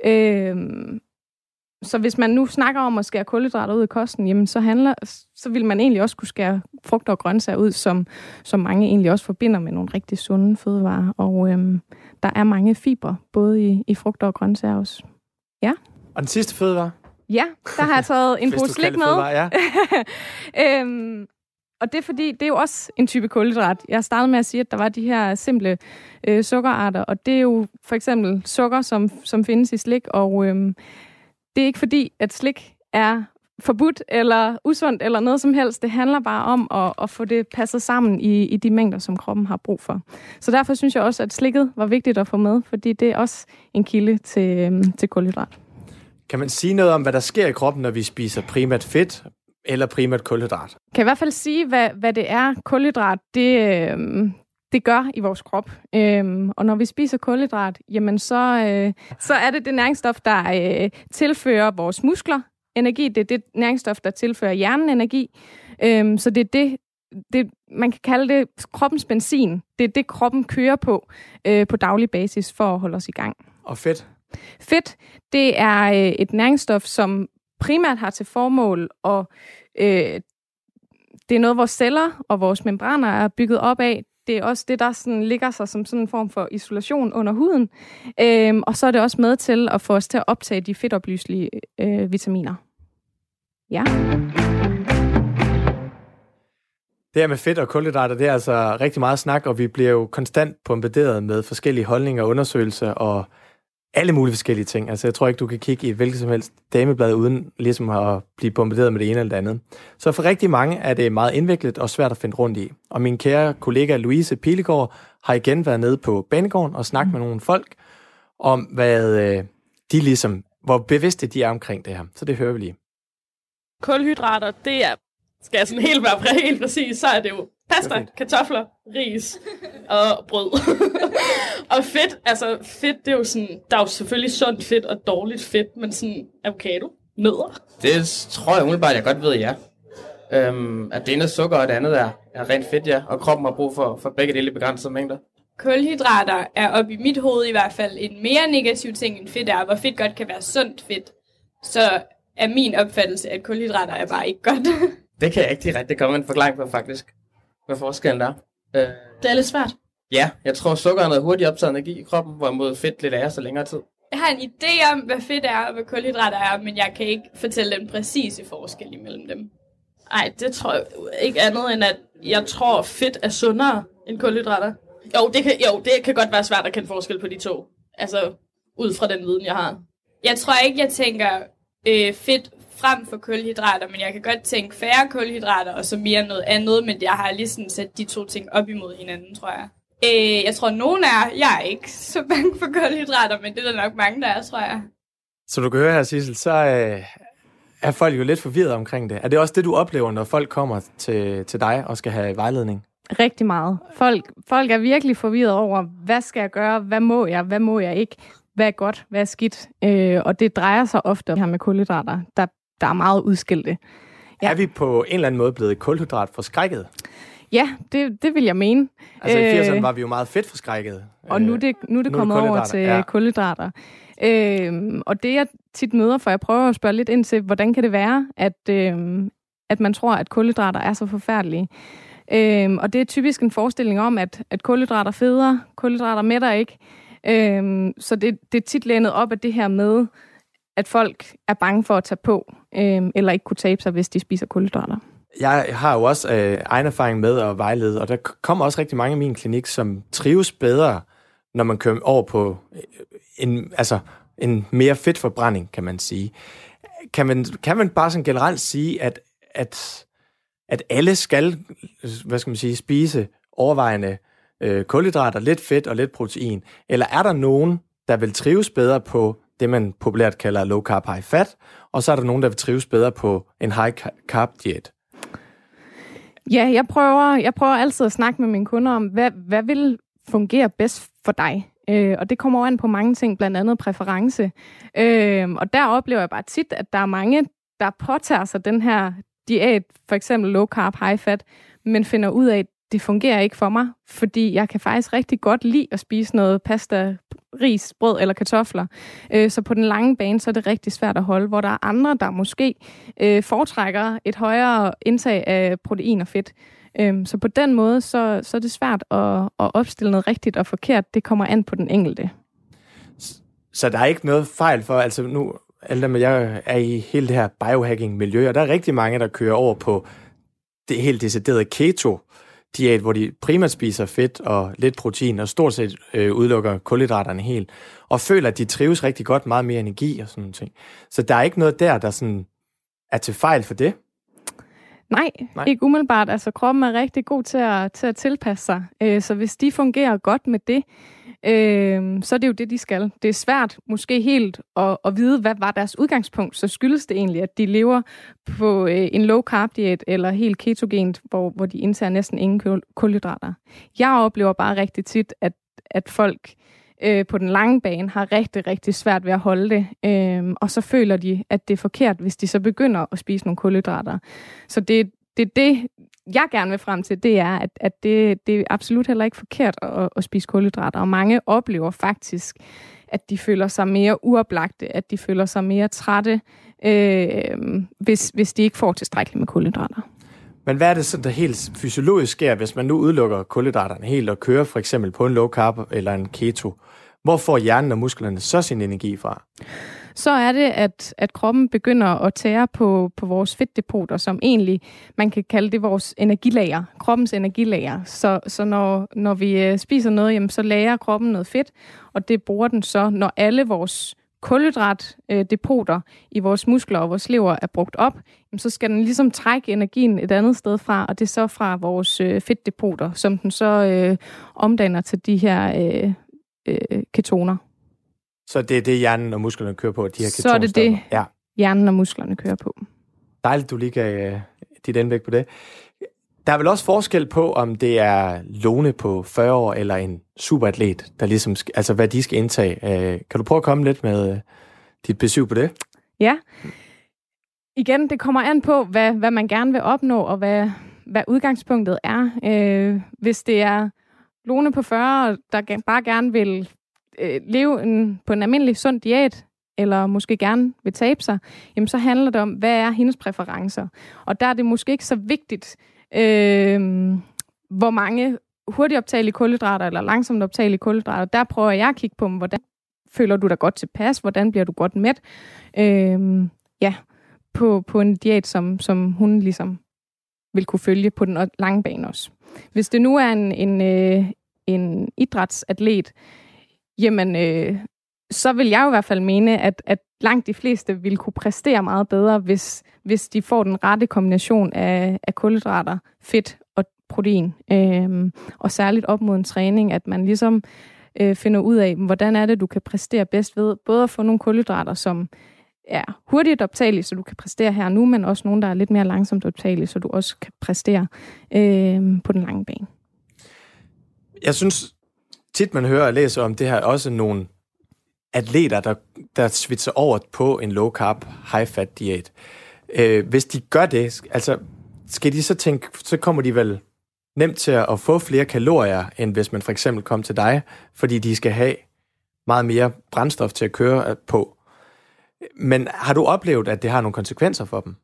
Så hvis man nu snakker om at skære kulhydrater ud i kosten, jamen så vil man egentlig også kunne skære frugter og grøntsager ud, som mange egentlig også forbinder med nogle rigtig sunde fødevarer. Og der er mange fibre, både i frugter og grøntsager også. Ja. Og den sidste fødevare? Ja, der har jeg taget en pose slik med. Fødevare, ja. Og det er fordi, det er jo også en type kulhydrat. Jeg startede med at sige, at der var de her simple sukkerarter, og det er jo for eksempel sukker, som findes i slik, og det er ikke fordi, at slik er forbudt eller usundt eller noget som helst. Det handler bare om at få det passet sammen i de mængder, som kroppen har brug for. Så derfor synes jeg også, at slikket var vigtigt at få med, fordi det er også en kilde til kulhydrat. Kan man sige noget om, hvad der sker i kroppen, når vi spiser primært fedt, eller primært kulhydrat. Kan i hvert fald sige, hvad det er, kulhydrat det gør i vores krop. Og når vi spiser kulhydrat, jamen så er det næringsstof, der tilfører vores muskler energi. Det er det næringsstof, der tilfører hjernen energi. Så det er det, man kan kalde det kroppens benzin. Det er det, kroppen kører på daglig basis for at holde os i gang. Og fedt? Fedt, det er et næringsstof, som primært har til formål, og det er noget, vores celler og vores membraner er bygget op af. Det er også det, der sådan ligger sig som sådan en form for isolation under huden. Og så er det også med til at få os til at optage de fedtopløselige vitaminer. Ja. Det her med fedt og kulhydrater, det er altså rigtig meget snak, og vi bliver jo konstant bombarderet med forskellige holdninger og undersøgelser og alle mulige forskellige ting. Altså jeg tror ikke, du kan kigge i et hvilket som helst dameblad uden ligesom at blive bombarderet med det ene eller det andet. Så for rigtig mange er det meget indviklet og svært at finde rundt i. Og min kære kollega Louise Pilegaard har igen været nede på banegården og snakket med nogle folk om, hvad de ligesom, hvor bevidste de er omkring det her. Så det hører vi lige. Kulhydrater, det er, skal jeg sådan helt være helt præcis, så er det jo pasta, kartofler, ris og brød. Og fedt, altså fedt, det er jo sådan, der er jo selvfølgelig sundt fedt og dårligt fedt, men sådan avocado, nødder. Det tror jeg umiddelbart, jeg godt ved, ja. At det ene er sukker, og det andet er rent fedt, ja. Og kroppen har brug for begge dele i begrænsede mængder. Kulhydrater er op i mit hoved i hvert fald en mere negativ ting end fedt er, hvor fedt godt kan være sundt fedt. Så er min opfattelse, at kulhydrater er bare ikke godt. Det kan jeg ikke direkte komme en forklaring på, faktisk. Hvad forskellen er. Det er lidt svært. Ja, jeg tror, sukker er noget hurtigt optaget energi i kroppen, hvorimod fedt lidt er så længere tid. Jeg har en idé om, hvad fedt er og hvad kulhydrater er, men jeg kan ikke fortælle den præcise forskel imellem dem. Ej, det tror jeg ikke andet end, at jeg tror, fedt er sundere end kulhydrater. Det kan godt være svært at kende forskel på de to. Altså, ud fra den viden, jeg har. Jeg tror ikke, jeg tænker fedt frem for kulhydrater, men jeg kan godt tænke færre kulhydrater, og så mere noget andet, men jeg har lige sådan sat de to ting op imod hinanden, tror jeg. Jeg tror, nogen jeg er ikke så bange for kulhydrater, men det er der nok mange, der er, tror jeg. Så du kan høre her, Sissel, så er folk jo lidt forvirret omkring det. Er det også det, du oplever, når folk kommer til dig og skal have vejledning? Rigtig meget. Folk er virkelig forvirret over, hvad skal jeg gøre, hvad må jeg ikke, hvad er godt, hvad er skidt. Og det drejer sig ofte om her med kulhydrater, der er meget udskilte. Ja. Er vi på en eller anden måde blevet kulhydratforskrækket? Ja, det vil jeg mene. Altså i 80'erne var vi jo meget fedtforskrækket. Og nu er det kommet over til kulhydrater. Og det jeg tit møder, for jeg prøver at spørge lidt ind til, hvordan kan det være, at man tror, at kulhydrater er så forfærdelige. Og det er typisk en forestilling om, at kulhydrater feder, kulhydrater mætter ikke. Så det er tit lænet op af det her med, at folk er bange for at tage på, eller ikke kunne tabe sig, hvis de spiser kulhydrater. Jeg har jo også egen erfaring med at vejlede, og der kommer også rigtig mange i min klinik, som trives bedre, når man kører over på en mere fedtforbrænding, kan man sige. Kan man bare sådan generelt sige, at alle skal, spise overvejende kulhydrater, lidt fedt og lidt protein? Eller er der nogen, der vil trives bedre på det, man populært kalder low carb, high fat, og så er der nogen, der vil trives bedre på en high carb diet? Ja, jeg prøver altid at snakke med mine kunder om, hvad vil fungere bedst for dig? Og det kommer an på mange ting, blandt andet præference. Og der oplever jeg bare tit, at der er mange, der påtager sig den her diæt, for eksempel low carb, high fat, men finder ud af, at det fungerer ikke for mig, fordi jeg kan faktisk rigtig godt lide at spise noget pasta, ris, brød eller kartofler. Så på den lange bane, så er det rigtig svært at holde, hvor der er andre, der måske foretrækker et højere indtag af protein og fedt. Så på den måde, så er det svært at opstille noget rigtigt og forkert. Det kommer an på den enkelte. Så der er ikke noget fejl for, altså nu, jeg er i hele det her biohacking-miljø, og der er rigtig mange, der kører over på det helt deciderede keto-diæt, hvor de primært spiser fedt og lidt protein, og stort set udelukker kulhydraterne helt, og føler, at de trives rigtig godt, meget mere energi og sådan noget ting. Så der er ikke noget der sådan er til fejl for det? Nej, ikke umiddelbart. Altså kroppen er rigtig god til at tilpasse sig. Så hvis de fungerer godt med det, så er det jo det, de skal. Det er svært måske helt at vide, hvad var deres udgangspunkt. Så skyldes det egentlig, at de lever på en low-carb-diæt eller helt ketogent, hvor de indtager næsten ingen kulhydrater. Jeg oplever bare rigtig tit, at folk på den lange bane har rigtig, rigtig svært ved at holde det. Og så føler de, at det er forkert, hvis de så begynder at spise nogle kulhydrater. Så det jeg gerne vil frem til, det er, at det er absolut heller ikke forkert at spise kulhydrater. Og mange oplever faktisk, at de føler sig mere uoplagte, at de føler sig mere trætte, hvis de ikke får tilstrækkeligt med kulhydrater. Men hvad er det så, der helt fysiologisk sker, hvis man nu udelukker kulhydraterne helt og kører for eksempel på en low carb eller en keto? Hvor får hjernen og musklerne så sin energi fra? Så er det, at kroppen begynder at tære på vores fedtdepoter, som egentlig, man kan kalde det vores energilager, kroppens energilager. Så når vi spiser noget, jamen, så lagrer kroppen noget fedt, og det bruger den så, når alle vores kulhydratdepoter i vores muskler og vores lever er brugt op, jamen, så skal den ligesom trække energien et andet sted fra, og det er så fra vores fedtdepoter, som den så omdanner til de her ketoner. Så det er det, hjernen og musklerne kører på, de her ketonstoffer? Så er det det, hjernen og musklerne kører på. Dejligt, du lige gav dit indblik på det. Der er vel også forskel på, om det er Lone på 40 år eller en superatlet, der ligesom, altså hvad de skal indtage. Kan du prøve at komme lidt med dit besøg på det? Ja. Igen, det kommer an på, hvad man gerne vil opnå, og hvad udgangspunktet er. Hvis det er Lone på 40, der bare gerne vil leve på en almindelig sund diæt, eller måske gerne vil tabe sig, jamen så handler det om, hvad er hendes præferencer. Og der er det måske ikke så vigtigt, hvor mange hurtigt optagelige kulhydrater eller langsomt optagelige kulhydrater. Der prøver jeg at kigge på, hvordan føler du dig godt tilpas, hvordan bliver du godt mæt, på en diæt, som hun ligesom vil kunne følge på den lange bane også. Hvis det nu er en idrætsatlet, jamen, så vil jeg jo i hvert fald mene, at langt de fleste vil kunne præstere meget bedre, hvis de får den rette kombination af kulhydrater, fedt og protein. Og særligt op mod en træning, at man ligesom finder ud af, hvordan er det, du kan præstere bedst ved både at få nogle kulhydrater, som er hurtigt optagelige, så du kan præstere her nu, men også nogle, der er lidt mere langsomt optagelige, så du også kan præstere på den lange bane. Jeg synes tit, man hører og læser om det her, også nogle atleter, der switcher over på en low-carb, high-fat diæt. Hvis de gør det, altså skal de så tænke, så kommer de vel nemt til at få flere kalorier, end hvis man for eksempel kom til dig, fordi de skal have meget mere brændstof til at køre på. Men har du oplevet, at det har nogle konsekvenser for dem?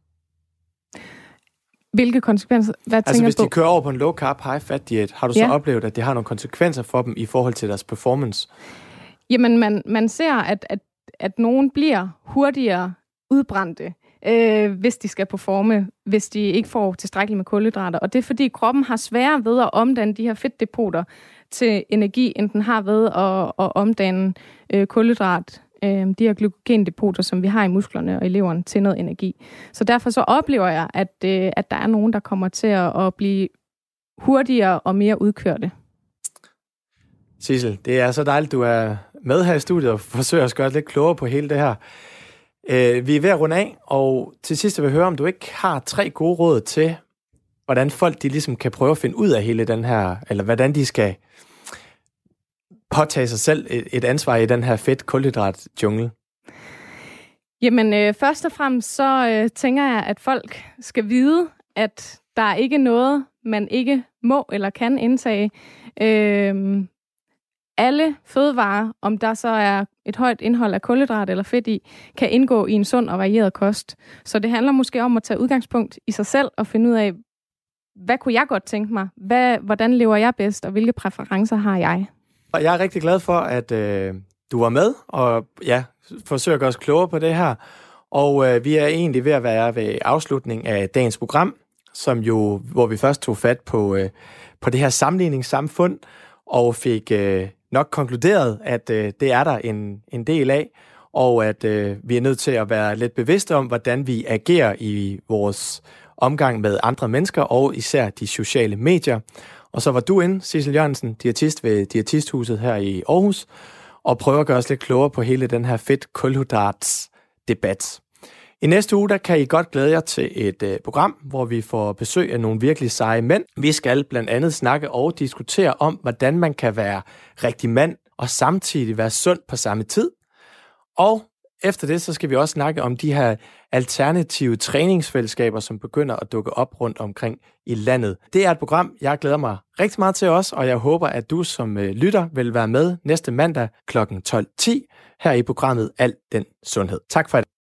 Hvilke konsekvenser? Hvad tænker hvis du? de kører over på en low-carb, high-fat diæt, har du så oplevet, at det har nogle konsekvenser for dem i forhold til deres performance? Jamen, man ser, at nogen bliver hurtigere udbrændte, hvis de skal performe, hvis de ikke får tilstrækkeligt med kulhydrater. Og det er, fordi kroppen har sværere ved at omdanne de her fedtdepoter til energi, end den har ved at omdanne kulhydrat, de her glykogendepoter, som vi har i musklerne og i leveren, til noget energi. Så derfor så oplever jeg, at der er nogen, der kommer til at blive hurtigere og mere udkørte. Sissel, det er så dejligt, du er med her i studiet og forsøger at gøre lidt klogere på hele det her. Vi er ved at runde af, og til sidst vil jeg høre, om du ikke har 3 gode råd til, hvordan folk de ligesom kan prøve at finde ud af hele den her, eller hvordan de skal påtage sig selv et ansvar i den her fedt-kulhydrat-jungle. Jamen, først og fremmest så tænker jeg, at folk skal vide, at der er ikke noget, man ikke må eller kan indtage. Alle fødevarer, om der så er et højt indhold af kulhydrat eller fedt i, kan indgå i en sund og varieret kost. Så det handler måske om at tage udgangspunkt i sig selv og finde ud af, hvad kunne jeg godt tænke mig? Hvordan lever jeg bedst, og hvilke præferencer har jeg? Og jeg er rigtig glad for, at du var med og forsøger at gøre os klogere på det her. Og vi er egentlig ved at være ved afslutning af dagens program, hvor vi først tog fat på det her sammenligningssamfund, og fik nok konkluderet, at det er der en del af, og at vi er nødt til at være lidt bevidste om, hvordan vi agerer i vores omgang med andre mennesker, og især de sociale medier. Og så var du inde, Sissel Jørgensen, diætist ved Diætisthuset her i Aarhus, og prøver at gøre os lidt klogere på hele den her fedt-kulhydrats-debat. I næste uge, der kan I godt glæde jer til et program, hvor vi får besøg af nogle virkelig seje mænd. Vi skal blandt andet snakke og diskutere om, hvordan man kan være rigtig mand og samtidig være sund på samme tid. Og efter det, så skal vi også snakke om de her alternative træningsfællesskaber, som begynder at dukke op rundt omkring i landet. Det er et program, jeg glæder mig rigtig meget til også, og jeg håber, at du som lytter vil være med næste mandag kl. 12:10 her i programmet Al den Sundhed. Tak for det.